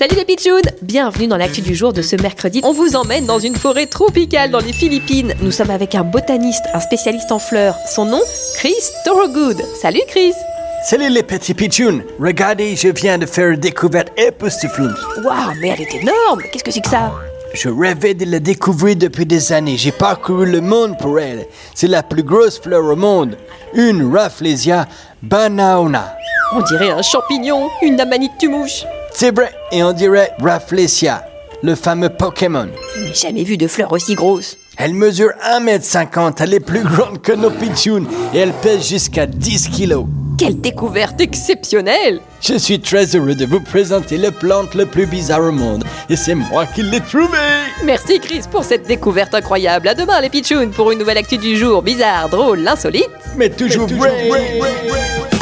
Salut les pitchouns! Bienvenue dans l'actu du jour de ce mercredi. On vous emmène dans une forêt tropicale dans les Philippines. Nous sommes avec un botaniste, un spécialiste en fleurs. Son nom, Chris Thorogood. Salut Chris! Salut les petits pitchouns! Regardez, je viens de faire une découverte époustouflante. Waouh, mais elle est énorme! Qu'est-ce que c'est que ça? Je rêvais de la découvrir depuis des années. J'ai parcouru le monde pour elle. C'est la plus grosse fleur au monde. Une Rafflesia banaona. On dirait un champignon, une amanite tumouche. C'est vrai, et on dirait Rafflesia, le fameux Pokémon. Je n'ai jamais vu de fleur aussi grosse. Elle mesure 1m50, elle est plus grande que nos pitchouns et elle pèse jusqu'à 10 kilos. Quelle découverte exceptionnelle! Je suis très heureux de vous présenter la plante le plus bizarre au monde et c'est moi qui l'ai trouvée. Merci Chris pour cette découverte incroyable. À demain les pitchouns pour une nouvelle actu du jour bizarre, drôle, insolite. Mais toujours vrai.